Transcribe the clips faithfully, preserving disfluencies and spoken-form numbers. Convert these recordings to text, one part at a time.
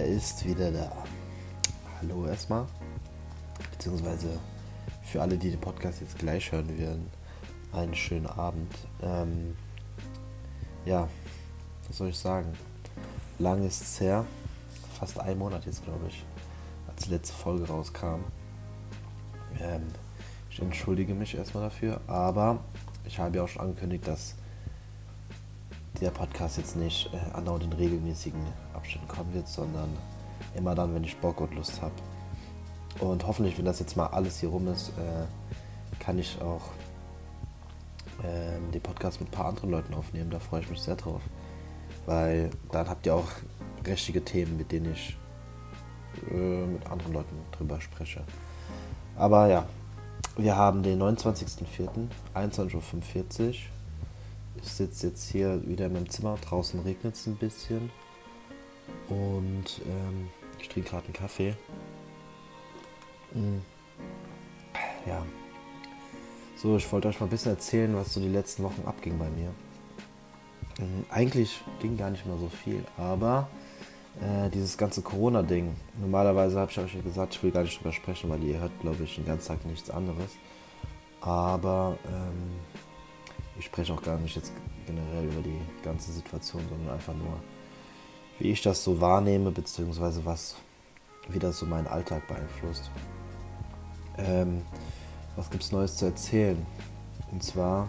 Er ist wieder da. Hallo erstmal. Beziehungsweise für alle, die den Podcast jetzt gleich hören werden, einen schönen Abend. Ähm, ja, was soll ich sagen? Lang ist es her. Fast ein Monat jetzt, glaube ich, als die letzte Folge rauskam. Ähm, ich entschuldige mich erstmal dafür, aber ich habe ja auch schon angekündigt, dass der Podcast jetzt nicht äh, andauernd in regelmäßigen Abständen kommen wird, sondern immer dann, wenn ich Bock und Lust habe. Und hoffentlich, wenn das jetzt mal alles hier rum ist, äh, kann ich auch äh, den Podcast mit ein paar anderen Leuten aufnehmen. Da freue ich mich sehr drauf. Weil dann habt ihr auch richtige Themen, mit denen ich äh, mit anderen Leuten drüber spreche. Aber ja, wir haben den neunundzwanzigsten vierten einundzwanzig Uhr fünfundvierzig. Ich sitze jetzt hier wieder in meinem Zimmer. Draußen regnet es ein bisschen. Und ähm, ich trinke gerade einen Kaffee. Mhm. Ja. So, ich wollte euch mal ein bisschen erzählen, was so die letzten Wochen abging bei mir. Mhm. Eigentlich ging gar nicht mehr so viel, aber äh, dieses ganze Corona-Ding. Normalerweise habe ich euch ja gesagt, ich will gar nicht drüber sprechen, weil ihr hört, glaube ich, den ganzen Tag nichts anderes. Aber ähm, ich spreche auch gar nicht jetzt generell über die ganze Situation, sondern einfach nur, wie ich das so wahrnehme, beziehungsweise was, wie das so meinen Alltag beeinflusst. Ähm, was gibt's Neues zu erzählen? Und zwar,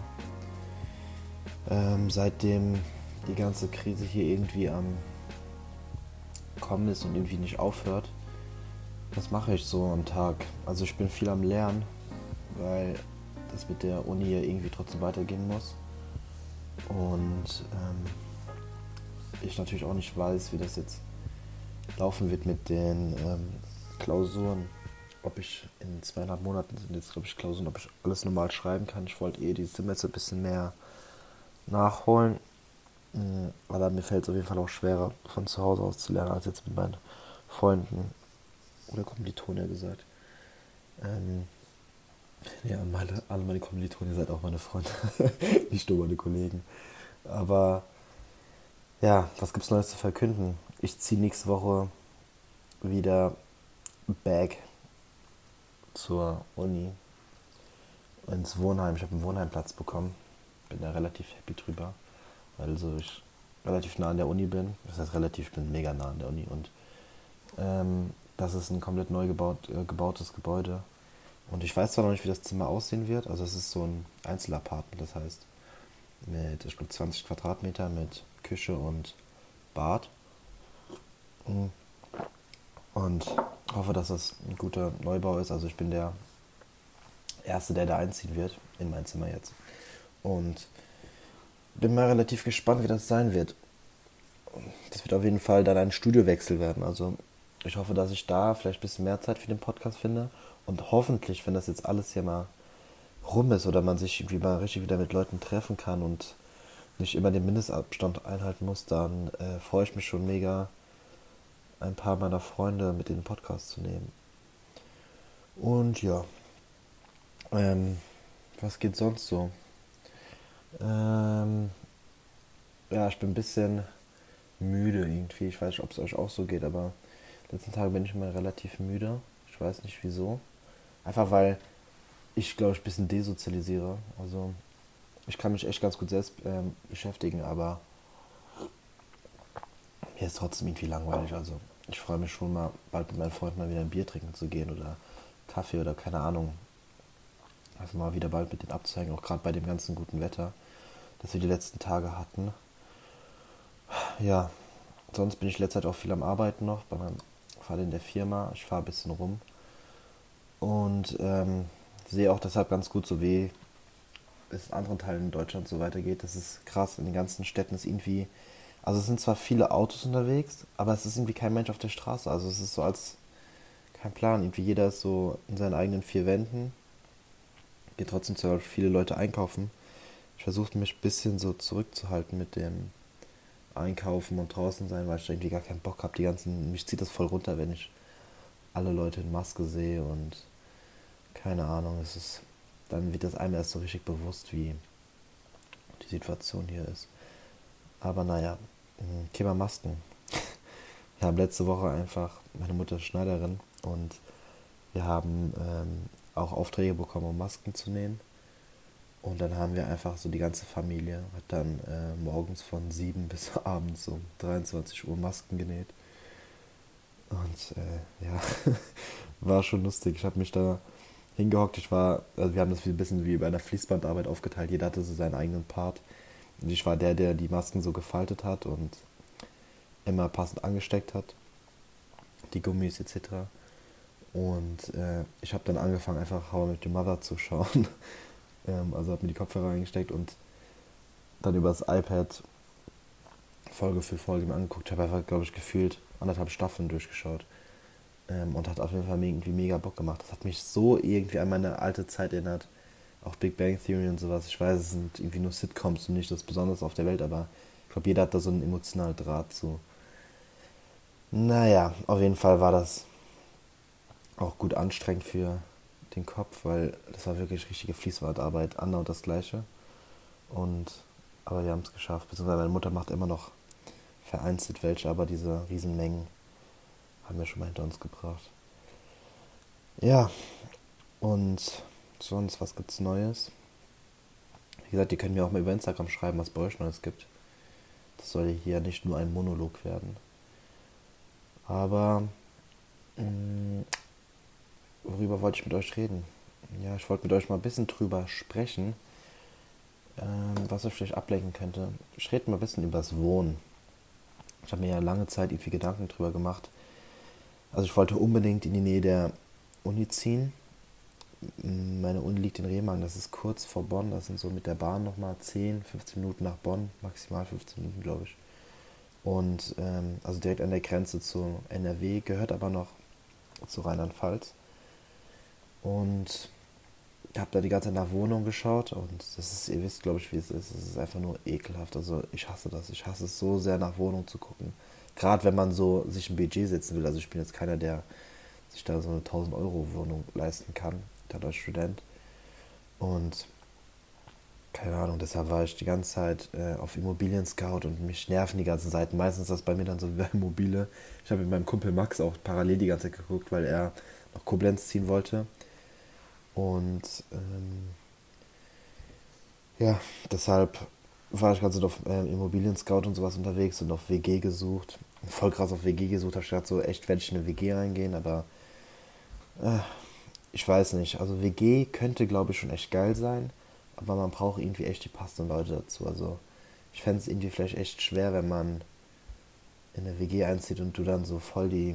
ähm, seitdem die ganze Krise hier irgendwie am Kommen ist und irgendwie nicht aufhört, was mache ich so am Tag? Also ich bin viel am Lernen, weil das mit der Uni ja irgendwie trotzdem weitergehen muss. Und ähm, ich natürlich auch nicht weiß, wie das jetzt laufen wird mit den ähm, Klausuren. Ob ich in zweieinhalb Monaten sind jetzt, glaube ich, Klausuren, ob ich alles normal schreiben kann. Ich wollte eh dieses Semester ein bisschen mehr nachholen. Aber mir fällt es auf jeden Fall auch schwerer, von zu Hause aus zu lernen, als jetzt mit meinen Freunden oder Kommilitonen, ja gesagt. Ähm, ja, meine, alle meine Kommilitonen, ihr seid auch meine Freunde, nicht nur meine Kollegen. Aber ja, was gibt's Neues zu verkünden? Ich ziehe nächste Woche wieder back zur Uni ins Wohnheim. Ich habe einen Wohnheimplatz bekommen. Bin da relativ happy drüber, weil so ich relativ nah an der Uni bin. Das heißt relativ, ich bin mega nah an der Uni. Und ähm, das ist ein komplett neu gebaut, äh, gebautes Gebäude. Und ich weiß zwar noch nicht, wie das Zimmer aussehen wird. Also es ist so ein Einzelapartment, das heißt mit, ich glaube, zwanzig Quadratmeter mit Küche und Bad. Und hoffe, dass das ein guter Neubau ist. Also ich bin der Erste, der da einziehen wird, in mein Zimmer jetzt. Und bin mal relativ gespannt, wie das sein wird. Das wird auf jeden Fall dann ein Studiowechsel werden. Also ich hoffe, dass ich da vielleicht ein bisschen mehr Zeit für den Podcast finde. Und hoffentlich, wenn das jetzt alles hier mal rum ist oder man sich irgendwie mal richtig wieder mit Leuten treffen kann und nicht immer den Mindestabstand einhalten muss, dann äh, freue ich mich schon mega, ein paar meiner Freunde mit in den Podcast zu nehmen. Und ja, ähm, was geht sonst so? Ähm, ja, ich bin ein bisschen müde irgendwie. Ich weiß nicht, ob es euch auch so geht, aber die letzten Tage bin ich immer relativ müde. Ich weiß nicht wieso. Einfach weil ich, glaube ich, ein bisschen desozialisiere. Also ich kann mich echt ganz gut selbst ähm, beschäftigen, aber mir ist trotzdem irgendwie langweilig. Also ich freue mich schon mal, bald mit meinen Freunden mal wieder ein Bier trinken zu gehen oder Kaffee oder keine Ahnung. Also mal wieder bald mit denen abzuhängen, auch gerade bei dem ganzen guten Wetter, das wir die letzten Tage hatten. Ja, sonst bin ich letzte Zeit auch viel am Arbeiten noch, bei meinem Vater in der Firma. Ich fahre ein bisschen rum und ähm, sehe auch deshalb ganz gut, so wie es in anderen Teilen in Deutschland so weitergeht. Das ist krass, in den ganzen Städten ist irgendwie, also es sind zwar viele Autos unterwegs, aber es ist irgendwie kein Mensch auf der Straße. Also es ist so als kein Plan. Irgendwie jeder ist so in seinen eigenen vier Wänden, geht trotzdem zwar viele Leute einkaufen. Ich versuche mich ein bisschen so zurückzuhalten mit dem Einkaufen und draußen sein, weil ich da irgendwie gar keinen Bock habe. Die ganzen, mich zieht das voll runter, wenn ich alle Leute in Maske sehe und keine Ahnung, es ist, dann wird das einem erst so richtig bewusst, wie die Situation hier ist. Aber naja, Thema Masken. Wir haben letzte Woche einfach, meine Mutter ist Schneiderin und wir haben ähm, auch Aufträge bekommen, um Masken zu nähen. Und dann haben wir einfach so die ganze Familie, hat dann äh, morgens von sieben bis abends um dreiundzwanzig Uhr Masken genäht. Und äh, ja, war schon lustig. Ich habe mich da hingehockt. Ich war, also wir haben das wie ein bisschen wie bei einer Fließbandarbeit aufgeteilt. Jeder hatte so seinen eigenen Part. Und ich war der, der die Masken so gefaltet hat und immer passend angesteckt hat, die Gummis et cetera. Und äh, ich habe dann angefangen, einfach How I Met Your Mother zu schauen. ähm, also habe mir die Kopfhörer eingesteckt und dann über das iPad Folge für Folge mir angeguckt. Ich habe einfach, glaube ich, gefühlt anderthalb Staffeln durchgeschaut. Ähm, und hat auf jeden Fall irgendwie mega Bock gemacht. Das hat mich so irgendwie an meine alte Zeit erinnert. Auch Big Bang Theory und sowas. Ich weiß, es sind irgendwie nur Sitcoms und nicht das Besondere auf der Welt, aber ich glaube, jeder hat da so einen emotionalen Draht zu. Naja, auf jeden Fall war das auch gut anstrengend für den Kopf, weil das war wirklich richtige Fließbandarbeit, andauernd das Gleiche. Und, aber wir haben es geschafft, beziehungsweise meine Mutter macht immer noch vereinzelt welche, aber diese Riesenmengen haben wir schon mal hinter uns gebracht. Ja, und sonst, was gibt's Neues? Wie gesagt, ihr könnt mir auch mal über Instagram schreiben, was bei euch Neues gibt. Das soll hier nicht nur ein Monolog werden. Aber, mh, worüber wollte ich mit euch reden? Ja, ich wollte mit euch mal ein bisschen drüber sprechen, ähm, was euch vielleicht ablenken könnte. Ich rede mal ein bisschen über das Wohnen. Ich habe mir ja lange Zeit irgendwie Gedanken drüber gemacht. Also ich wollte unbedingt in die Nähe der Uni ziehen. Meine Uni liegt in Remagen, das ist kurz vor Bonn. Das sind so mit der Bahn nochmal zehn, fünfzehn Minuten nach Bonn, maximal fünfzehn Minuten, glaube ich. Und ähm, also direkt an der Grenze zu N R W, gehört aber noch zu Rheinland-Pfalz. Und ich habe da die ganze Zeit nach Wohnungen geschaut und das ist, ihr wisst, glaube ich, wie es ist. Es ist einfach nur ekelhaft. Also ich hasse das. Ich hasse es so sehr, nach Wohnungen zu gucken. Gerade wenn man so sich ein Budget setzen will. Also ich bin jetzt keiner, der sich da so eine tausend Euro Wohnung leisten kann, dann als Student. Und keine Ahnung, deshalb war ich die ganze Zeit äh, auf Immobilien Scout und mich nerven die ganzen Seiten. Meistens ist das bei mir dann so wie bei Immobile. Ich habe mit meinem Kumpel Max auch parallel die ganze Zeit geguckt, weil er nach Koblenz ziehen wollte. Und ähm, ja, deshalb war ich ganz auf ähm, Immobilien Scout und sowas unterwegs und auf W G gesucht. Voll krass auf W G gesucht, habe ich gedacht, so echt werde ich in eine W G reingehen, aber äh, ich weiß nicht. Also W G könnte, glaube ich, schon echt geil sein, aber man braucht irgendwie echt die passenden Leute dazu. Also ich fände es irgendwie vielleicht echt schwer, wenn man in eine W G einzieht und du dann so voll die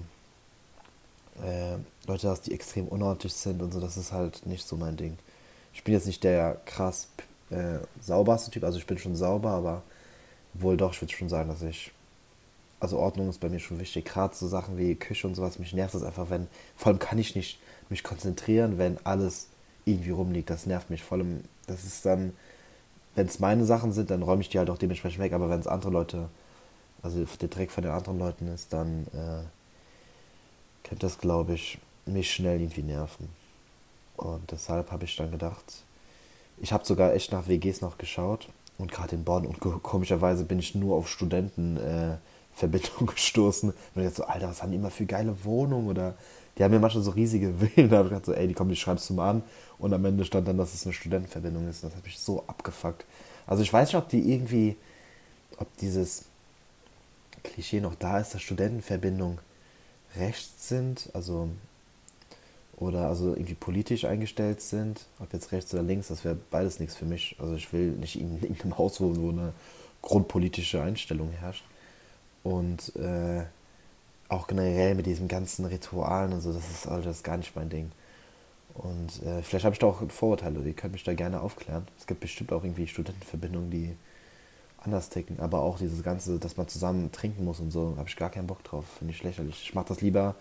äh, Leute hast, die extrem unordentlich sind und so. Das ist halt nicht so mein Ding. Ich bin jetzt nicht der krass äh, sauberste Typ, also ich bin schon sauber, aber wohl doch, ich würde schon sagen, dass ich, also Ordnung ist bei mir schon wichtig, gerade so Sachen wie Küche und sowas, mich nervt das einfach, wenn, vor allem kann ich nicht mich konzentrieren, wenn alles irgendwie rumliegt, das nervt mich, vor allem, das ist dann, wenn es meine Sachen sind, dann räume ich die halt auch dementsprechend weg, aber wenn es andere Leute, also der Dreck von den anderen Leuten ist, dann äh, könnte das, glaube ich, mich schnell irgendwie nerven. Und deshalb habe ich dann gedacht, ich habe sogar echt nach W Gs noch geschaut und gerade in Bonn und komischerweise bin ich nur auf Studentenverbindungen äh, Verbindungen gestoßen. Und jetzt so, Alter, was haben die immer für geile Wohnungen oder die haben ja manchmal so riesige Villen. Da habe ich gedacht so, ey, die kommen, die schreibst du mal an. Und am Ende stand dann, dass es eine Studentenverbindung ist. Das hat mich so abgefuckt. Also ich weiß nicht, ob die irgendwie, ob dieses Klischee noch da ist, dass Studentenverbindungen rechts sind, also oder also irgendwie politisch eingestellt sind, ob jetzt rechts oder links, das wäre beides nichts für mich. Also ich will nicht in irgendeinem Haus wohnen, wo eine grundpolitische Einstellung herrscht. Und äh, auch generell mit diesen ganzen Ritualen und so, das ist alles gar nicht mein Ding. Und äh, vielleicht habe ich da auch Vorurteile, ihr könnt mich da gerne aufklären. Es gibt bestimmt auch irgendwie Studentenverbindungen, die anders ticken, aber auch dieses Ganze, dass man zusammen trinken muss und so, habe ich gar keinen Bock drauf, finde ich lächerlich. Ich mache das lieber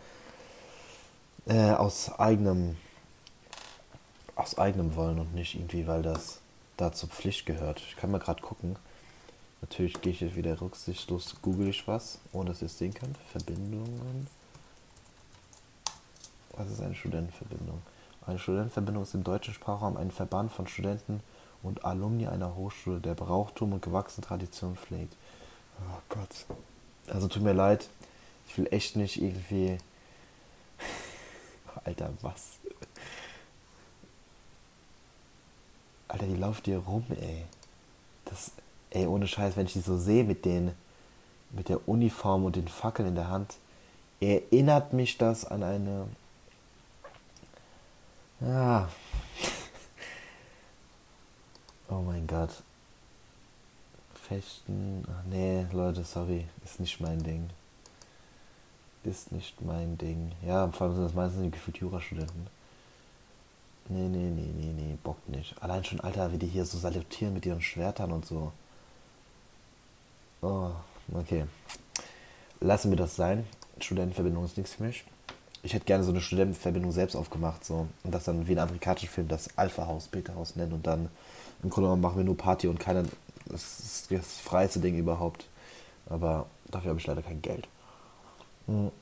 äh, aus eigenem, aus eigenem Wollen und nicht irgendwie, weil das da zur Pflicht gehört. Ich kann mal gerade gucken. Natürlich gehe ich jetzt wieder rücksichtslos, google ich was, ohne dass ihr es sehen könnt. Verbindungen. Was ist eine Studentenverbindung? Eine Studentenverbindung ist im deutschen Sprachraum ein Verband von Studenten und Alumni einer Hochschule, der Brauchtum und gewachsene Tradition pflegt. Oh Gott. Also tut mir leid, Ich will echt nicht irgendwie... Alter, was? Alter, die laufen dir rum, ey. Das, ey, ohne Scheiß, wenn ich die so sehe mit den, mit der Uniform und den Fackeln in der Hand, erinnert mich das an eine, ja, oh mein Gott, Fechten, ach nee, Leute, sorry, ist nicht mein Ding. Ist nicht mein Ding. Ja, vor allem sind das meistens die gefühlt Jurastudenten. Nee, nee, nee, nee, nee, Bock nicht. Allein schon, Alter, wie die hier so salutieren mit ihren Schwertern und so. Oh, okay. Lassen wir das sein. Studentenverbindung ist nichts für mich. Ich hätte gerne so eine Studentenverbindung selbst aufgemacht, so. Und das dann wie ein amerikanischer Film, das Alpha-Haus, Beta-Haus nennen. Und dann, im Grunde genommen machen wir nur Party und keiner, das ist das freieste Ding überhaupt. Aber dafür habe ich leider kein Geld. Hm.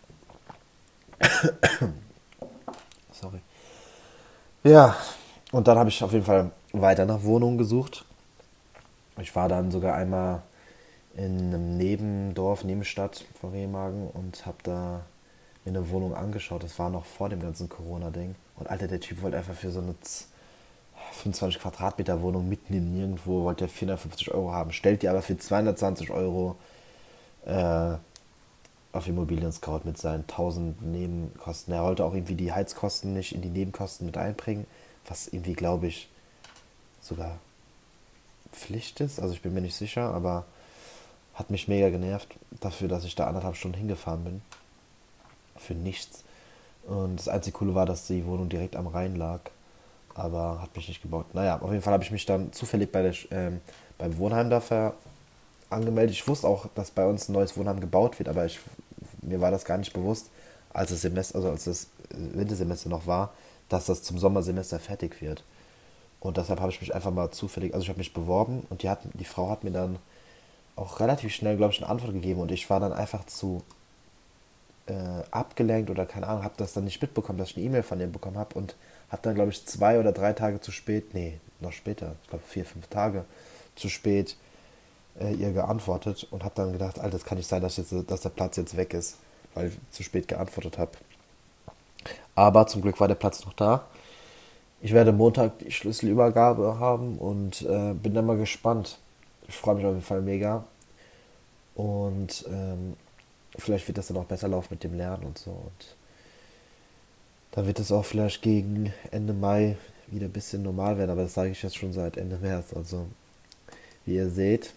Sorry. Ja, und dann habe ich auf jeden Fall weiter nach Wohnungen gesucht. Ich war dann sogar einmal in einem Nebendorf, Nebenstadt von Remagen und habe da mir eine Wohnung angeschaut. Das war noch vor dem ganzen Corona-Ding. Und Alter, der Typ wollte einfach für so eine fünfundzwanzig Quadratmeter Wohnung mitten in nirgendwo, wollte er vierhundertfünfzig Euro haben. Stellt die aber für zweihundertzwanzig Euro äh, auf Immobilien Scout mit seinen tausend Nebenkosten. Er wollte auch irgendwie die Heizkosten nicht in die Nebenkosten mit einbringen, was irgendwie, glaube ich, sogar Pflicht ist. Also ich bin mir nicht sicher, aber hat mich mega genervt dafür, dass ich da anderthalb Stunden hingefahren bin. Für nichts. Und das einzige Coole war, dass die Wohnung direkt am Rhein lag. Aber hat mich nicht gebaut. Naja, auf jeden Fall habe ich mich dann zufällig bei der, ähm, beim Wohnheim dafür angemeldet. Ich wusste auch, dass bei uns ein neues Wohnheim gebaut wird, aber ich, mir war das gar nicht bewusst, als das Semester, also als das Wintersemester noch war, dass das zum Sommersemester fertig wird. Und deshalb habe ich mich einfach mal zufällig, also ich habe mich beworben und die, hat, die Frau hat mir dann auch relativ schnell, glaube ich, eine Antwort gegeben und ich war dann einfach zu äh, abgelenkt oder keine Ahnung, habe das dann nicht mitbekommen, dass ich eine E-Mail von ihr bekommen habe und habe dann, glaube ich, zwei oder drei Tage zu spät, nee, noch später, ich glaube vier, fünf Tage zu spät äh, ihr geantwortet und habe dann gedacht, Alter, das kann nicht sein, dass, jetzt, dass der Platz jetzt weg ist, weil ich zu spät geantwortet habe. Aber zum Glück war der Platz noch da. Ich werde Montag die Schlüsselübergabe haben und äh, bin dann mal gespannt. Ich freue mich auf jeden Fall mega. Und ähm, vielleicht wird das dann auch besser laufen mit dem Lernen und so. Und dann wird es auch vielleicht gegen Ende Mai wieder ein bisschen normal werden. Aber das sage ich jetzt schon seit Ende März. Also wie ihr seht,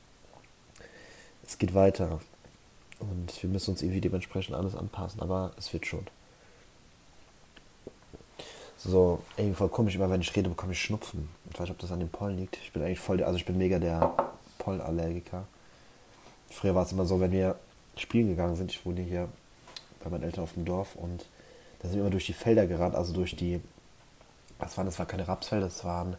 es geht weiter. Und wir müssen uns irgendwie dementsprechend alles anpassen. Aber es wird schon. So, irgendwie voll komisch, immer wenn ich rede, bekomme ich Schnupfen. Ich weiß nicht, ob das an dem Pollen liegt. Ich bin eigentlich voll, der, also ich bin mega der Pollenallergiker. Früher war es immer so, wenn wir spielen gegangen sind, ich wohne hier bei meinen Eltern auf dem Dorf und da sind wir immer durch die Felder gerannt, also durch die, was waren das, war keine Rapsfelder, das waren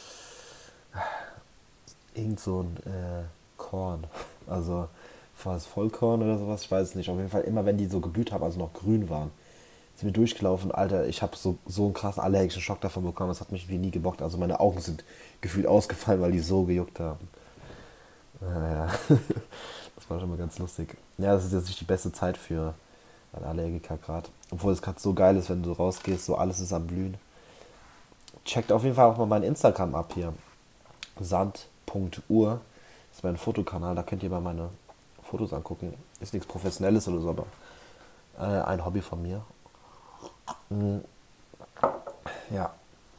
irgend so ein äh, Korn, also war es Vollkorn oder sowas, ich weiß es nicht, auf jeden Fall immer, wenn die so geblüht haben, also noch grün waren, sind wir durchgelaufen, Alter, ich habe so, so einen krassen allergischen Schock davon bekommen, das hat mich wie nie gebockt, also meine Augen sind gefühlt ausgefallen, weil die so gejuckt haben. Naja, das war schon mal ganz lustig. Ja, das ist jetzt nicht die beste Zeit für einen Allergiker gerade. Obwohl es gerade so geil ist, wenn du rausgehst, so alles ist am Blühen. Checkt auf jeden Fall auch mal mein Instagram ab hier. sand.uhr ist mein Fotokanal, da könnt ihr mal meine Fotos angucken. Ist nichts Professionelles oder so, aber äh, ein Hobby von mir. Mhm. Ja.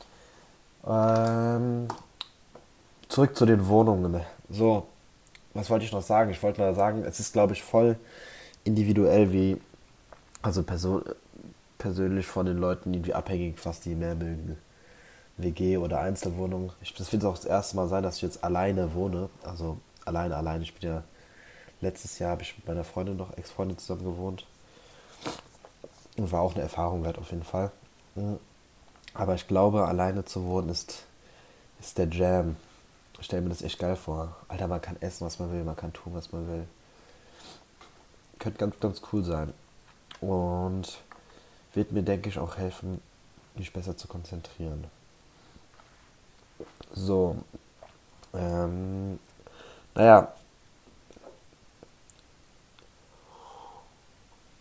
Ähm, zurück zu den Wohnungen. So, was wollte ich noch sagen? Ich wollte mal sagen, es ist, glaube ich, voll individuell, wie, also perso persönlich von den Leuten irgendwie abhängig, was die mehr mögen. W G oder Einzelwohnung. Ich, das wird auch das erste Mal sein, dass ich jetzt alleine wohne. Also alleine, alleine. Ich bin ja, letztes Jahr habe ich mit meiner Freundin noch, Ex-Freundin zusammen gewohnt. Und war auch eine Erfahrung wert auf jeden Fall. Aber ich glaube, alleine zu wohnen ist, ist der Jam. Ich stelle mir das echt geil vor. Alter, man kann essen, was man will, man kann tun, was man will. Könnte ganz, ganz cool sein. Und wird mir, denke ich, auch helfen, mich besser zu konzentrieren. So. Ähm, naja.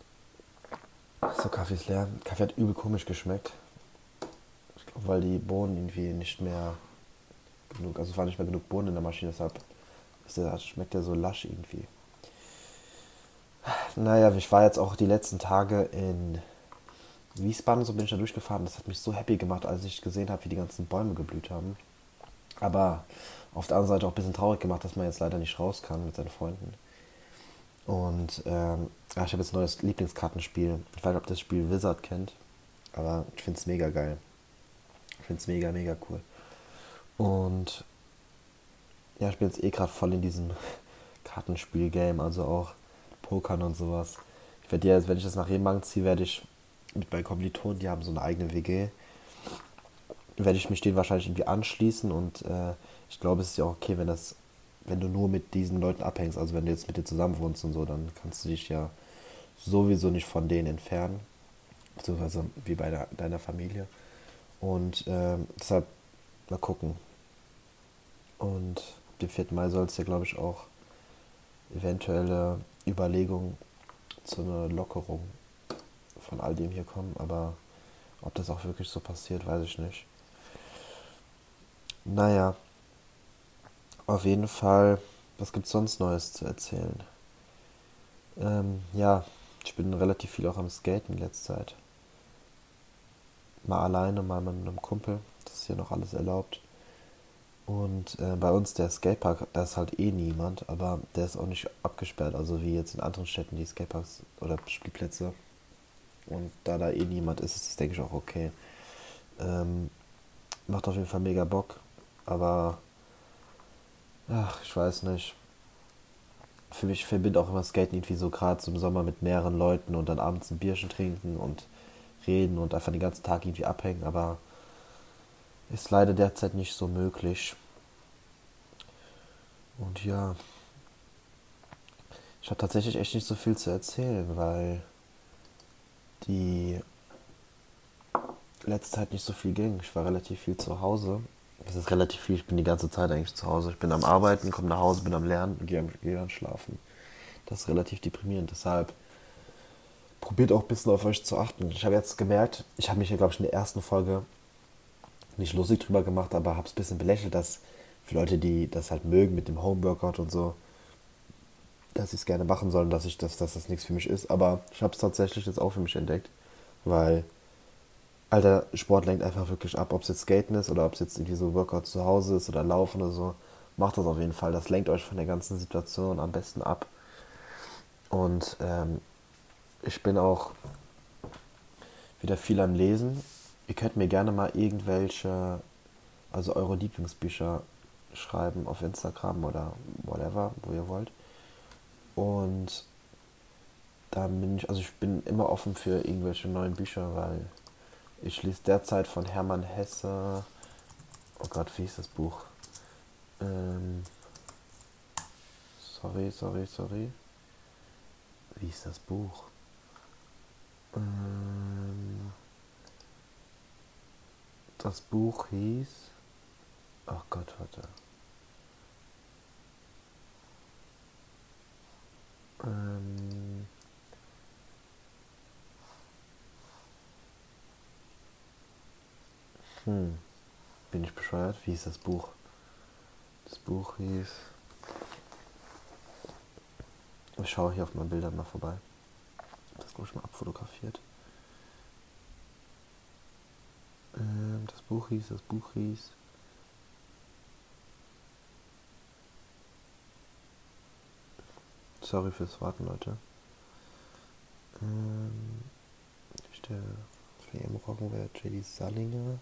So, Kaffee ist leer. Kaffee hat übel komisch geschmeckt. Ich glaube, weil die Bohnen irgendwie nicht mehr genug, also es war nicht mehr genug Bohnen in der Maschine, deshalb ist der, schmeckt der so lasch irgendwie. Naja, ich war jetzt auch die letzten Tage in Wiesbaden, so bin ich da durchgefahren. Das hat mich so happy gemacht, als ich gesehen habe, wie die ganzen Bäume geblüht haben. Aber auf der anderen Seite auch ein bisschen traurig gemacht, dass man jetzt leider nicht raus kann mit seinen Freunden. Und ähm, ja, ich habe jetzt ein neues Lieblingskartenspiel. Ich weiß nicht, ob ihr das Spiel Wizard kennt, aber ich finde es mega geil. Ich finde es mega, mega cool. Und ja, ich bin jetzt eh gerade voll in diesem Kartenspiel-Game, also auch Pokern und sowas. Ich werde jetzt, wenn ich das nach Remagen ziehe, werde ich mit meinen Kommilitonen, die haben so eine eigene W G, werde ich mich denen wahrscheinlich irgendwie anschließen und äh, ich glaube, es ist ja auch okay, wenn das, wenn du nur mit diesen Leuten abhängst, also wenn du jetzt mit denen zusammen wohnst und so, dann kannst du dich ja sowieso nicht von denen entfernen, beziehungsweise wie bei der, deiner Familie. Und ähm, deshalb mal gucken. Und dem vierten Mai soll es ja, glaube ich, auch eventuelle Überlegungen zu einer Lockerung von all dem hier kommen, aber ob das auch wirklich so passiert, weiß ich nicht. Naja, auf jeden Fall, was gibt's sonst Neues zu erzählen? Ähm, ja, ich bin relativ viel auch am Skaten in letzter Zeit. Mal alleine, mal mit einem Kumpel. Das ist hier noch alles erlaubt. Und äh, bei uns der Skatepark, da ist halt eh niemand, aber der ist auch nicht abgesperrt, also wie jetzt in anderen Städten die Skateparks oder Spielplätze. Und da da eh niemand ist, ist das, denke ich, auch okay. Ähm, macht auf jeden Fall mega Bock, aber ach, ich weiß nicht. Für mich verbindet auch immer Skaten irgendwie so gerade so im Sommer mit mehreren Leuten und dann abends ein Bierchen trinken und reden und einfach den ganzen Tag irgendwie abhängen, aber ist leider derzeit nicht so möglich. Und ja, ich habe tatsächlich echt nicht so viel zu erzählen, weil die letzte Zeit nicht so viel ging. Ich war relativ viel zu Hause. Das ist relativ viel, ich bin die ganze Zeit eigentlich zu Hause. Ich bin am Arbeiten, komme nach Hause, bin am Lernen und gehe, gehe dann schlafen. Das ist relativ deprimierend, deshalb probiert auch ein bisschen auf euch zu achten. Ich habe jetzt gemerkt, ich habe mich ja, glaube ich, in der ersten Folge nicht lustig drüber gemacht, aber habe es ein bisschen belächelt, dass für Leute, die das halt mögen mit dem Homeworkout und so, dass sie es gerne machen sollen, dass ich das, dass das nichts für mich ist. Aber ich habe es tatsächlich jetzt auch für mich entdeckt, weil, alter, Sport lenkt einfach wirklich ab, ob es jetzt Skaten ist oder ob es jetzt irgendwie so Workout zu Hause ist oder Laufen oder so. Macht das auf jeden Fall. Das lenkt euch von der ganzen Situation am besten ab. Und ähm, ich bin auch wieder viel am Lesen. Ihr könnt mir gerne mal irgendwelche, also eure Lieblingsbücher schreiben auf Instagram oder whatever, wo ihr wollt. Und da bin ich, also ich bin immer offen für irgendwelche neuen Bücher, weil ich lese derzeit von Hermann Hesse, oh Gott, wie hieß das Buch? Ähm, sorry, sorry, sorry. Wie hieß das Buch? Ähm, das Buch hieß, ach Gott, warte. Ähm, hm, bin ich bescheuert? Wie hieß das Buch? Das Buch hieß, ich schaue hier auf meinen Bildern mal vorbei. Das glaube ich mal abfotografiert. Ähm, das Buch hieß, das Buch hieß. Sorry fürs Warten, Leute. Ähm, nicht der W M Roggenwert, J D Salinger.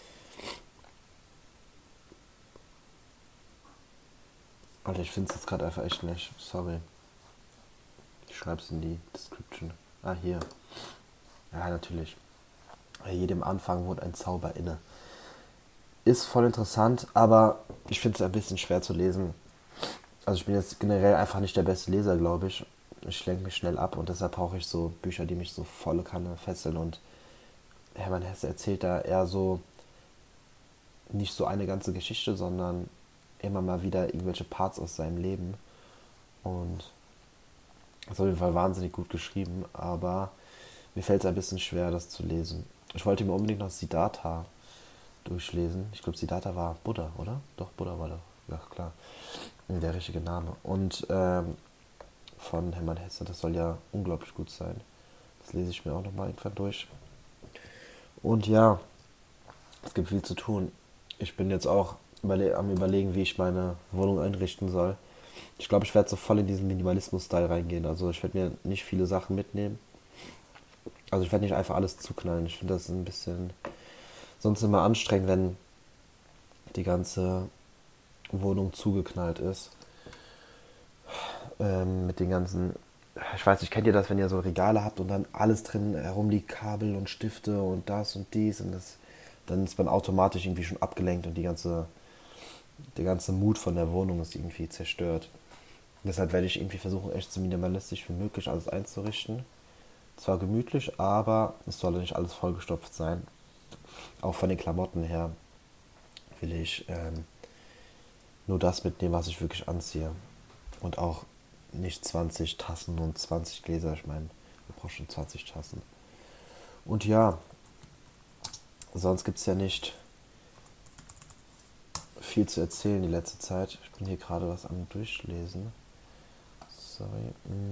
Alter, ich finde es jetzt gerade einfach echt nicht. Sorry. Ich schreibe es in die Description. Ah, hier. Ja, natürlich. Bei jedem Anfang wohnt ein Zauber inne. Ist voll interessant, aber ich finde es ein bisschen schwer zu lesen. Also ich bin jetzt generell einfach nicht der beste Leser, glaube ich. Ich lenke mich schnell ab und deshalb brauche ich so Bücher, die mich so volle Kanne fesseln. Und Hermann Hesse erzählt da eher so nicht so eine ganze Geschichte, sondern immer mal wieder irgendwelche Parts aus seinem Leben. Und das ist auf jeden Fall wahnsinnig gut geschrieben, aber mir fällt es ein bisschen schwer, das zu lesen. Ich wollte mir unbedingt noch Siddhartha durchlesen. Ich glaube, Siddhartha war Buddha, oder? Doch, Buddha war doch. Ja, klar. Der richtige Name. Und ähm, von Hermann Hesse, das soll ja unglaublich gut sein. Das lese ich mir auch nochmal irgendwann durch. Und ja, es gibt viel zu tun. Ich bin jetzt auch überle- am überlegen, wie ich meine Wohnung einrichten soll. Ich glaube, ich werde so voll in diesen Minimalismus-Style reingehen. Also ich werde mir nicht viele Sachen mitnehmen. Also ich werde nicht einfach alles zuknallen. Ich finde das ein bisschen sonst immer anstrengend, wenn die ganze Wohnung zugeknallt ist. Ähm, mit den ganzen, ich weiß nicht, kennt ihr das, wenn ihr so Regale habt und dann alles drin herumliegt, Kabel und Stifte und das und dies und das, dann ist man automatisch irgendwie schon abgelenkt und die ganze, der ganze Mut von der Wohnung ist irgendwie zerstört. Deshalb werde ich irgendwie versuchen, echt so minimalistisch wie möglich alles einzurichten. Zwar gemütlich, aber es soll nicht alles vollgestopft sein. Auch von den Klamotten her will ich ähm, nur das mitnehmen, was ich wirklich anziehe. Und auch nicht zwanzig Tassen und zwanzig Gläser. Ich meine, wir brauchen schon zwanzig Tassen. Und ja, sonst gibt es ja nicht viel zu erzählen die letzte Zeit. Ich bin hier gerade was am Durchlesen. Sorry.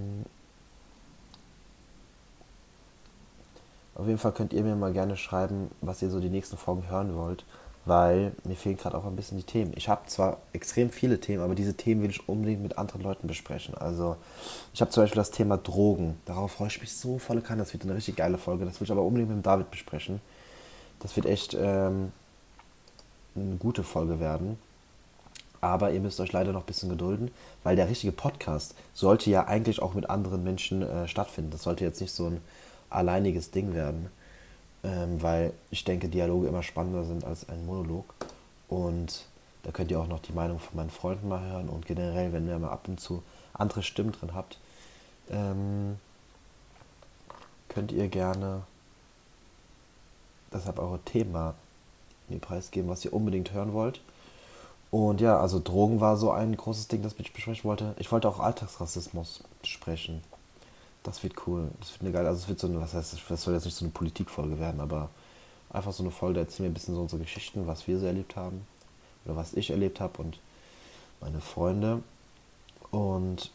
Auf jeden Fall könnt ihr mir mal gerne schreiben, was ihr so die nächsten Folgen hören wollt, weil mir fehlen gerade auch ein bisschen die Themen. Ich habe zwar extrem viele Themen, aber diese Themen will ich unbedingt mit anderen Leuten besprechen. Also ich habe zum Beispiel das Thema Drogen. Darauf freue ich mich so volle Kanne. Das wird eine richtig geile Folge. Das will ich aber unbedingt mit dem David besprechen. Das wird echt ähm, eine gute Folge werden. Aber ihr müsst euch leider noch ein bisschen gedulden, weil der richtige Podcast sollte ja eigentlich auch mit anderen Menschen äh, stattfinden. Das sollte jetzt nicht so ein alleiniges Ding werden, ähm, weil ich denke, Dialoge immer spannender sind als ein Monolog. Und da könnt ihr auch noch die Meinung von meinen Freunden mal hören und generell, wenn ihr mal ab und zu andere Stimmen drin habt, ähm, könnt ihr gerne deshalb eure Thema mir preisgeben, was ihr unbedingt hören wollt. Und ja, also Drogen war so ein großes Ding, das ich besprechen wollte. Ich wollte auch Alltagsrassismus sprechen. Das wird cool. Das wird eine geile, also es wird so eine, was heißt, das soll jetzt nicht so eine Politikfolge werden, aber einfach so eine Folge, da erzählen wir ein bisschen so unsere Geschichten, was wir so erlebt haben. Oder was ich erlebt habe und meine Freunde. Und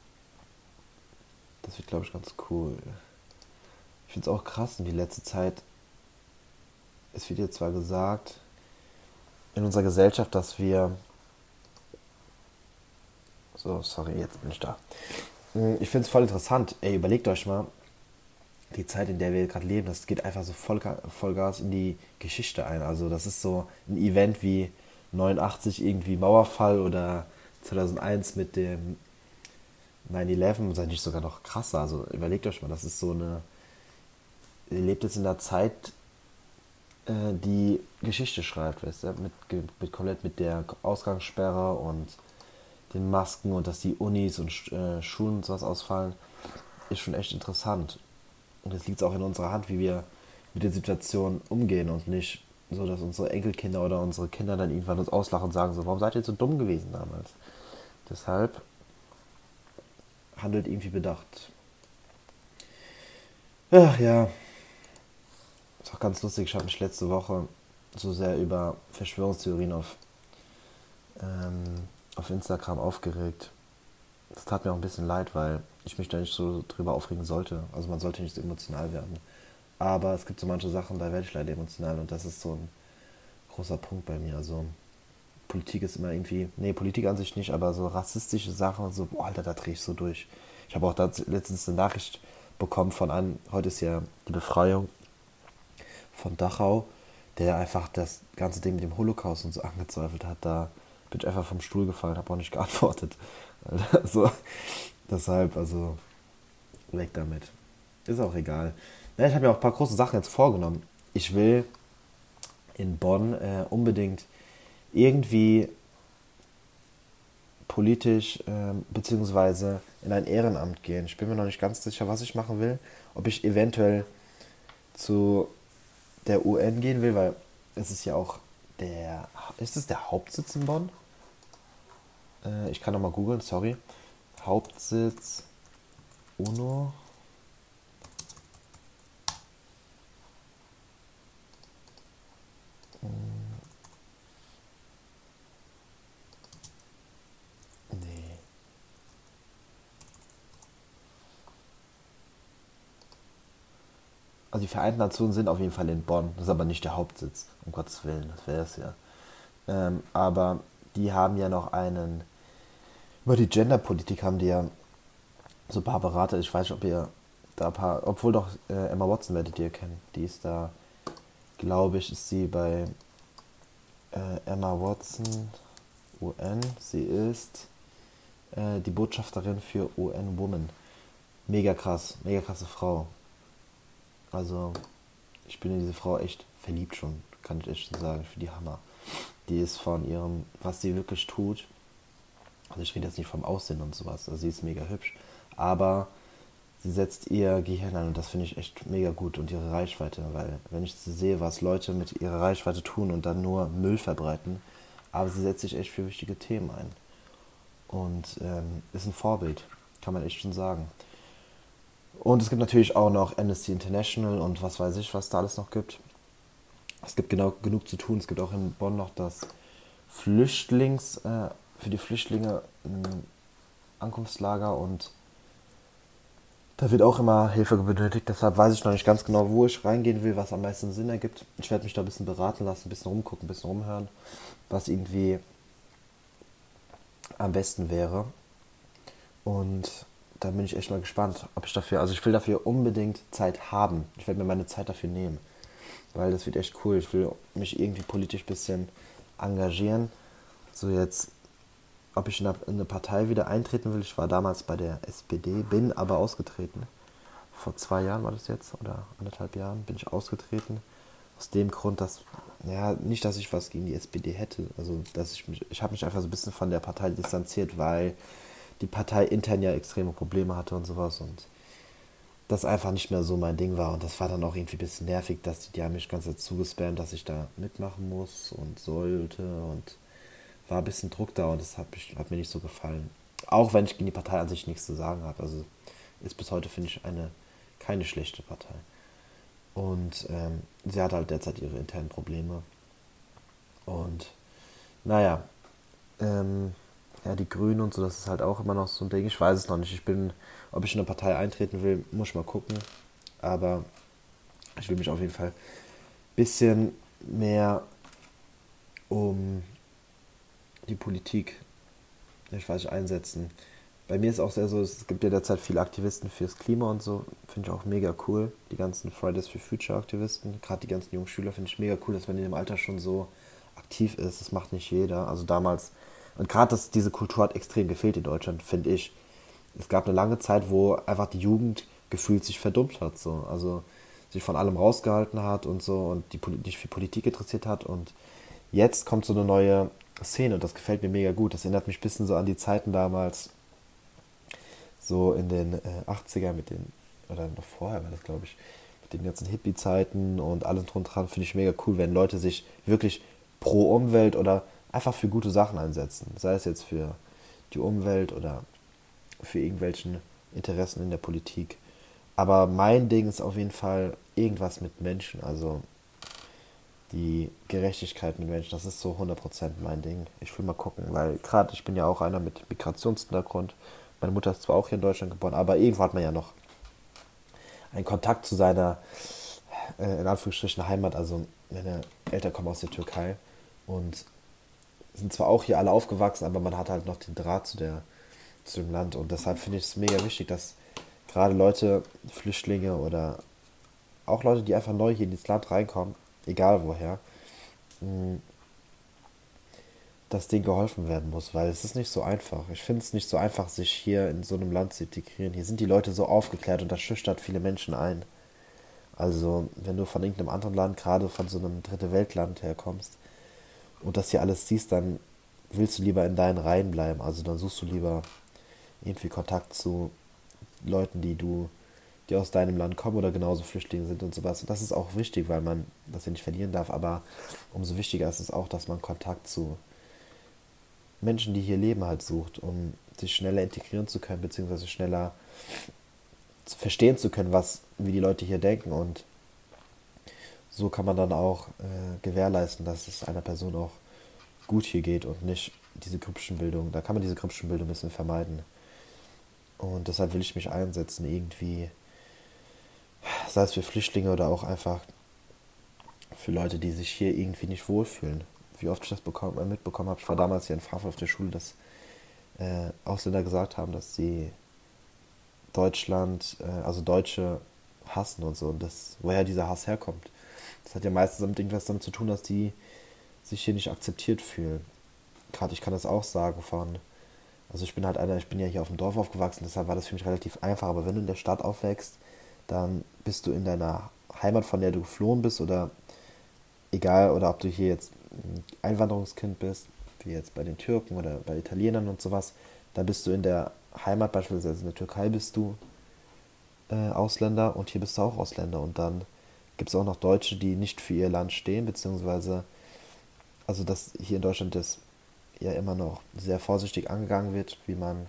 das wird, glaube ich, ganz cool. Ich finde es auch krass, in die letzte Zeit, es wird jetzt zwar gesagt, in unserer Gesellschaft, dass wir... So, sorry, jetzt bin ich da. Ich finde es voll interessant. Ey, überlegt euch mal, die Zeit, in der wir gerade leben, das geht einfach so voll, Vollgas in die Geschichte ein. Also das ist so ein Event wie neunundachtzig irgendwie Mauerfall oder zweitausendeins mit dem neun elf, sei nicht sogar noch krasser. Also überlegt euch mal, das ist so eine... Ihr lebt jetzt in einer Zeit, äh, die Geschichte schreibt, weißt du? Mit, mit, komplett mit der Ausgangssperre und den Masken und dass die Unis und äh, Schulen und sowas ausfallen, ist schon echt interessant. Und es liegt auch in unserer Hand, wie wir mit der Situation umgehen und nicht so, dass unsere Enkelkinder oder unsere Kinder dann irgendwann uns auslachen und sagen so, warum seid ihr so dumm gewesen damals? Deshalb handelt irgendwie bedacht. Ach ja, ist auch ganz lustig, ich habe mich letzte Woche so sehr über Verschwörungstheorien auf, ähm, auf Instagram aufgeregt. Das tat mir auch ein bisschen leid, weil ich mich da nicht so drüber aufregen sollte. Also man sollte nicht so emotional werden. Aber es gibt so manche Sachen, da werde ich leider emotional und das ist so ein großer Punkt bei mir. Also Politik ist immer irgendwie, nee, Politik an sich nicht, aber so rassistische Sachen und so, boah, Alter, da drehe ich so durch. Ich habe auch da letztens eine Nachricht bekommen von einem, heute ist ja die Befreiung von Dachau, der einfach das ganze Ding mit dem Holocaust und so angezweifelt hat. Da bin ich einfach vom Stuhl gefallen, habe auch nicht geantwortet. Also, deshalb, also, weg damit. Ist auch egal. Ja, ich habe mir auch ein paar große Sachen jetzt vorgenommen. Ich will in Bonn äh, unbedingt irgendwie politisch ähm, beziehungsweise in ein Ehrenamt gehen. Ich bin mir noch nicht ganz sicher, was ich machen will. Ob ich eventuell zu der U N gehen will, weil es ist ja auch der... Ist es der Hauptsitz in Bonn? Äh, ich kann nochmal googeln, sorry. Hauptsitz UNO. Also die Vereinten Nationen sind auf jeden Fall in Bonn, das ist aber nicht der Hauptsitz, um Gottes Willen, das wäre es ja. Ähm, aber die haben ja noch einen, über die Genderpolitik haben die ja so ein paar Berater, ich weiß nicht, ob ihr da ein paar, obwohl doch äh, Emma Watson werdet ihr kennen, die ist da, glaube ich, ist sie bei äh, Emma Watson, U N, sie ist äh, die Botschafterin für U N Women. Mega krass, mega krasse Frau. Also, ich bin in diese Frau echt verliebt schon, kann ich echt so sagen, für die Hammer. Die ist von ihrem, was sie wirklich tut, also ich rede jetzt nicht vom Aussehen und sowas, also sie ist mega hübsch, aber sie setzt ihr Gehirn an und das finde ich echt mega gut und ihre Reichweite, weil wenn ich sehe, was Leute mit ihrer Reichweite tun und dann nur Müll verbreiten, aber sie setzt sich echt für wichtige Themen ein und ähm, ist ein Vorbild, kann man echt schon sagen. Und es gibt natürlich auch noch Amnesty International und was weiß ich, was da alles noch gibt. Es gibt genau genug zu tun. Es gibt auch in Bonn noch das Flüchtlings, äh, für die Flüchtlinge ein Ankunftslager und da wird auch immer Hilfe benötigt. Deshalb weiß ich noch nicht ganz genau, wo ich reingehen will, was am meisten Sinn ergibt. Ich werde mich da ein bisschen beraten lassen, ein bisschen rumgucken, ein bisschen rumhören, was irgendwie am besten wäre. Und da bin ich echt mal gespannt, ob ich dafür, also ich will dafür unbedingt Zeit haben. Ich werde mir meine Zeit dafür nehmen, weil das wird echt cool. Ich will mich irgendwie politisch ein bisschen engagieren. So jetzt, ob ich in eine Partei wieder eintreten will. Ich war damals bei der S P D, bin aber ausgetreten. Vor zwei Jahren war das jetzt, oder anderthalb Jahren bin ich ausgetreten. Aus dem Grund, dass, ja, nicht, dass ich was gegen die S P D hätte. Also, dass ich mich, ich habe mich einfach so ein bisschen von der Partei distanziert, weil die Partei intern ja extreme Probleme hatte und sowas und das einfach nicht mehr so mein Ding war und das war dann auch irgendwie ein bisschen nervig, dass die, die haben mich ganz dazu gespammt, dass ich da mitmachen muss und sollte und war ein bisschen Druck da und das hat, mich, hat mir nicht so gefallen. Auch wenn ich gegen die Partei an sich nichts zu sagen habe. Also ist bis heute, finde ich, eine keine schlechte Partei. Und ähm, sie hat halt derzeit ihre internen Probleme. Und naja, ähm, ja, die Grünen und so, das ist halt auch immer noch so ein Ding. Ich weiß es noch nicht. Ich bin, ob ich in eine Partei eintreten will, muss ich mal gucken. Aber ich will mich auf jeden Fall ein bisschen mehr um die Politik, ich weiß nicht, einsetzen. Bei mir ist auch sehr so, es gibt ja derzeit viele Aktivisten fürs Klima und so, finde ich auch mega cool. Die ganzen Fridays for Future Aktivisten, gerade die ganzen jungen Schüler, finde ich mega cool, dass man in dem Alter schon so aktiv ist. Das macht nicht jeder. Also damals, und gerade diese Kultur hat extrem gefehlt in Deutschland, finde ich. Es gab eine lange Zeit, wo einfach die Jugend gefühlt sich verdummt hat, so. Also sich von allem rausgehalten hat und so und die nicht für Politik interessiert hat und jetzt kommt so eine neue Szene und das gefällt mir mega gut. Das erinnert mich ein bisschen so an die Zeiten damals, so in den äh, achtziger mit den, oder noch vorher war das, glaube ich, mit den ganzen Hippie-Zeiten und allem drum und dran, finde ich mega cool, wenn Leute sich wirklich pro Umwelt oder einfach für gute Sachen einsetzen. Sei es jetzt für die Umwelt oder für irgendwelchen Interessen in der Politik. Aber mein Ding ist auf jeden Fall irgendwas mit Menschen, also die Gerechtigkeit mit Menschen, das ist so hundert Prozent mein Ding. Ich will mal gucken, weil gerade ich bin ja auch einer mit Migrationshintergrund. Meine Mutter ist zwar auch hier in Deutschland geboren, aber irgendwo hat man ja noch einen Kontakt zu seiner, äh, in Anführungsstrichen, Heimat. Also meine Eltern kommen aus der Türkei und sind zwar auch hier alle aufgewachsen, aber man hat halt noch den Draht zu, der, zu dem Land. Und deshalb finde ich es mega wichtig, dass gerade Leute, Flüchtlinge oder auch Leute, die einfach neu hier in das Land reinkommen, egal woher, dass denen geholfen werden muss, weil es ist nicht so einfach. Ich finde es nicht so einfach, sich hier in so einem Land zu integrieren. Hier sind die Leute so aufgeklärt und das schüchtert viele Menschen ein. Also, wenn du von irgendeinem anderen Land, gerade von so einem dritte Weltland herkommst und das hier alles siehst, dann willst du lieber in deinen Reihen bleiben. Also dann suchst du lieber irgendwie Kontakt zu Leuten, die du, die aus deinem Land kommen oder genauso Flüchtlinge sind und sowas. Und das ist auch wichtig, weil man das ja nicht verlieren darf, aber umso wichtiger ist es auch, dass man Kontakt zu Menschen, die hier leben, halt sucht, um sich schneller integrieren zu können, beziehungsweise schneller zu verstehen zu können, was, wie die Leute hier denken. Und so kann man dann auch äh, gewährleisten, dass es einer Person auch gut hier geht und nicht diese Grüppchenbildung. Da kann man diese Grüppchenbildung ein bisschen vermeiden. Und deshalb will ich mich einsetzen, irgendwie sei es für Flüchtlinge oder auch einfach für Leute, die sich hier irgendwie nicht wohlfühlen. Wie oft ich das bekommen, äh, mitbekommen habe, ich war damals hier in Frankfurt auf der Schule, dass äh, Ausländer gesagt haben, dass sie Deutschland, äh, also Deutsche hassen und so, und das, woher dieser Hass herkommt. Das hat ja meistens damit irgendwas damit zu tun, dass die sich hier nicht akzeptiert fühlen. Gerade ich kann das auch sagen von, also ich bin halt einer, ich bin ja hier auf dem Dorf aufgewachsen, deshalb war das für mich relativ einfach, aber wenn du in der Stadt aufwächst, dann bist du in deiner Heimat, von der du geflohen bist, oder egal, oder ob du hier jetzt ein Einwanderungskind bist, wie jetzt bei den Türken oder bei Italienern und sowas, dann bist du in der Heimat, beispielsweise in der Türkei bist du äh, Ausländer und hier bist du auch Ausländer, und dann gibt es auch noch Deutsche, die nicht für ihr Land stehen, beziehungsweise, also dass hier in Deutschland das ja immer noch sehr vorsichtig angegangen wird, wie man,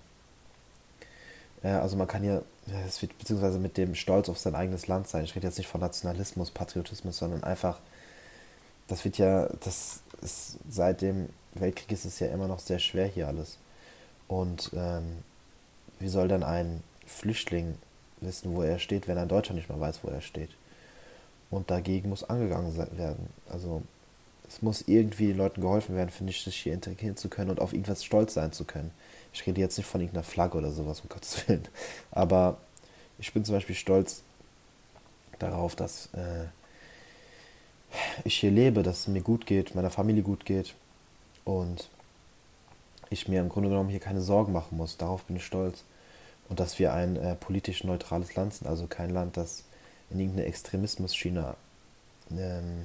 äh, also man kann hier, ja, es wird beziehungsweise mit dem Stolz auf sein eigenes Land sein. Ich rede jetzt nicht von Nationalismus, Patriotismus, sondern einfach, das wird ja, das ist, seit dem Weltkrieg ist es ja immer noch sehr schwer hier alles. Und ähm, wie soll dann ein Flüchtling wissen, wo er steht, wenn ein Deutscher nicht mal weiß, wo er steht? Und dagegen muss angegangen werden. Also es muss irgendwie den Leuten geholfen werden, finde ich, sich hier integrieren zu können und auf irgendwas stolz sein zu können. Ich rede jetzt nicht von irgendeiner Flagge oder sowas, um Gottes Willen. Aber ich bin zum Beispiel stolz darauf, dass äh, ich hier lebe, dass es mir gut geht, meiner Familie gut geht und ich mir im Grunde genommen hier keine Sorgen machen muss. Darauf bin ich stolz. Und dass wir ein äh, politisch neutrales Land sind, also kein Land, das in irgendeine Extremismus-Schiene ähm,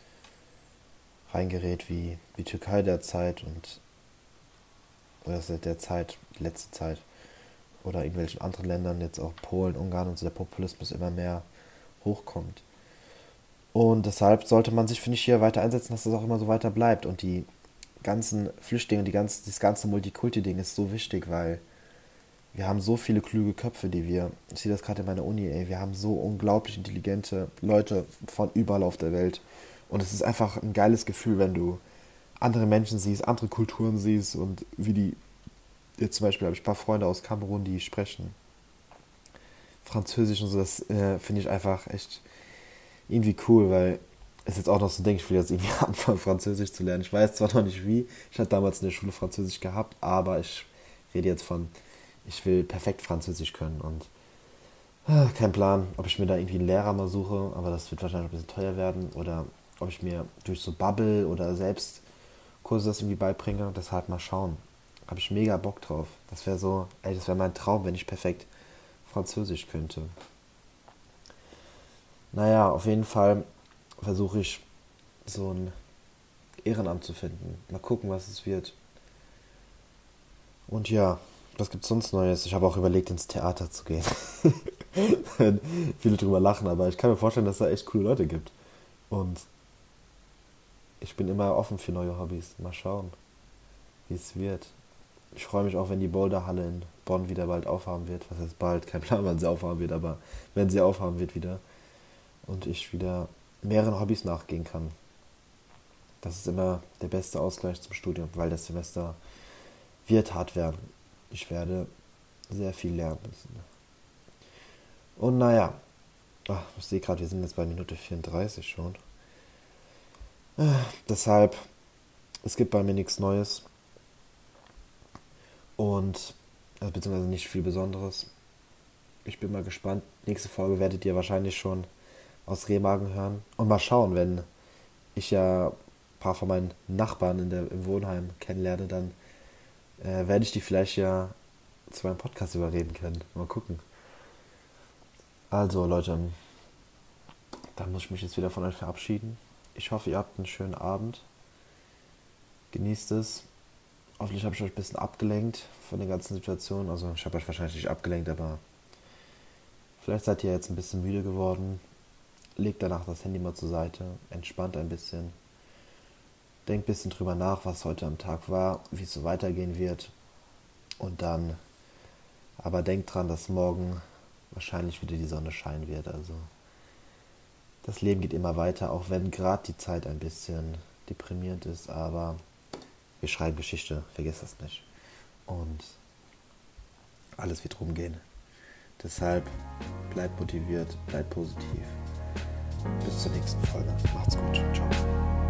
reingerät, wie die Türkei derzeit und oder seit der Zeit, die letzte Zeit, oder irgendwelchen anderen Ländern, jetzt auch Polen, Ungarn und so, der Populismus immer mehr hochkommt. Und deshalb sollte man sich, finde ich, hier weiter einsetzen, dass das auch immer so weiter bleibt. Und die ganzen Flüchtlinge, die ganze, das ganze Multikulti-Ding ist so wichtig, weil wir haben so viele kluge Köpfe, die wir, ich sehe das gerade in meiner Uni, ey, wir haben so unglaublich intelligente Leute von überall auf der Welt. Und es ist einfach ein geiles Gefühl, wenn du andere Menschen siehst, andere Kulturen siehst und wie die, jetzt zum Beispiel habe ich ein paar Freunde aus Kamerun, die sprechen Französisch und so, das äh, finde ich einfach echt irgendwie cool, weil es jetzt auch noch so, denke ich, will jetzt irgendwie anfangen, Französisch zu lernen. Ich weiß zwar noch nicht wie, ich hatte damals in der Schule Französisch gehabt, aber ich rede jetzt von, ich will perfekt Französisch können und äh, kein Plan, ob ich mir da irgendwie einen Lehrer mal suche, aber das wird wahrscheinlich ein bisschen teuer werden, oder ob ich mir durch so Bubble oder selbst Kurse das irgendwie beibringe, deshalb mal schauen. Habe ich mega Bock drauf. Das wäre so, ey, das wäre mein Traum, wenn ich perfekt Französisch könnte. Naja, auf jeden Fall versuche ich so ein Ehrenamt zu finden. Mal gucken, was es wird. Und ja, was gibt's sonst Neues? Ich habe auch überlegt, ins Theater zu gehen. Viele drüber lachen, aber ich kann mir vorstellen, dass es da echt coole Leute gibt. Und ich bin immer offen für neue Hobbys. Mal schauen, wie es wird. Ich freue mich auch, wenn die Boulderhalle in Bonn wieder bald aufhaben wird. Was heißt bald? Kein Plan, wann sie aufhaben wird, aber wenn sie aufhaben wird wieder. Und ich wieder mehreren Hobbys nachgehen kann. Das ist immer der beste Ausgleich zum Studium, weil das Semester wird hart werden. Ich werde sehr viel lernen müssen. Und naja, ach, ich sehe gerade, wir sind jetzt bei Minute vierunddreißig schon. Äh, deshalb, es gibt bei mir nichts Neues. Und, äh, beziehungsweise nicht viel Besonderes. Ich bin mal gespannt. Nächste Folge werdet ihr wahrscheinlich schon aus Remagen hören. Und mal schauen, wenn ich ja ein paar von meinen Nachbarn in der, im Wohnheim kennenlerne, dann äh, werde ich die vielleicht ja zu meinem Podcast überreden können. Mal gucken. Also Leute, dann muss ich mich jetzt wieder von euch verabschieden. Ich hoffe, ihr habt einen schönen Abend. Genießt es. Hoffentlich habe ich euch ein bisschen abgelenkt von der ganzen Situation. Also ich habe euch wahrscheinlich nicht abgelenkt, aber vielleicht seid ihr jetzt ein bisschen müde geworden. Legt danach das Handy mal zur Seite, entspannt ein bisschen. Denkt ein bisschen drüber nach, was heute am Tag war, wie es so weitergehen wird. Und dann, aber denkt dran, dass morgen wahrscheinlich wieder die Sonne scheinen wird. Also das Leben geht immer weiter, auch wenn gerade die Zeit ein bisschen deprimierend ist, aber wir schreiben Geschichte, vergesst das nicht. Und alles wird rumgehen. Deshalb bleibt motiviert, bleibt positiv. Bis zur nächsten Folge. Macht's gut. Ciao.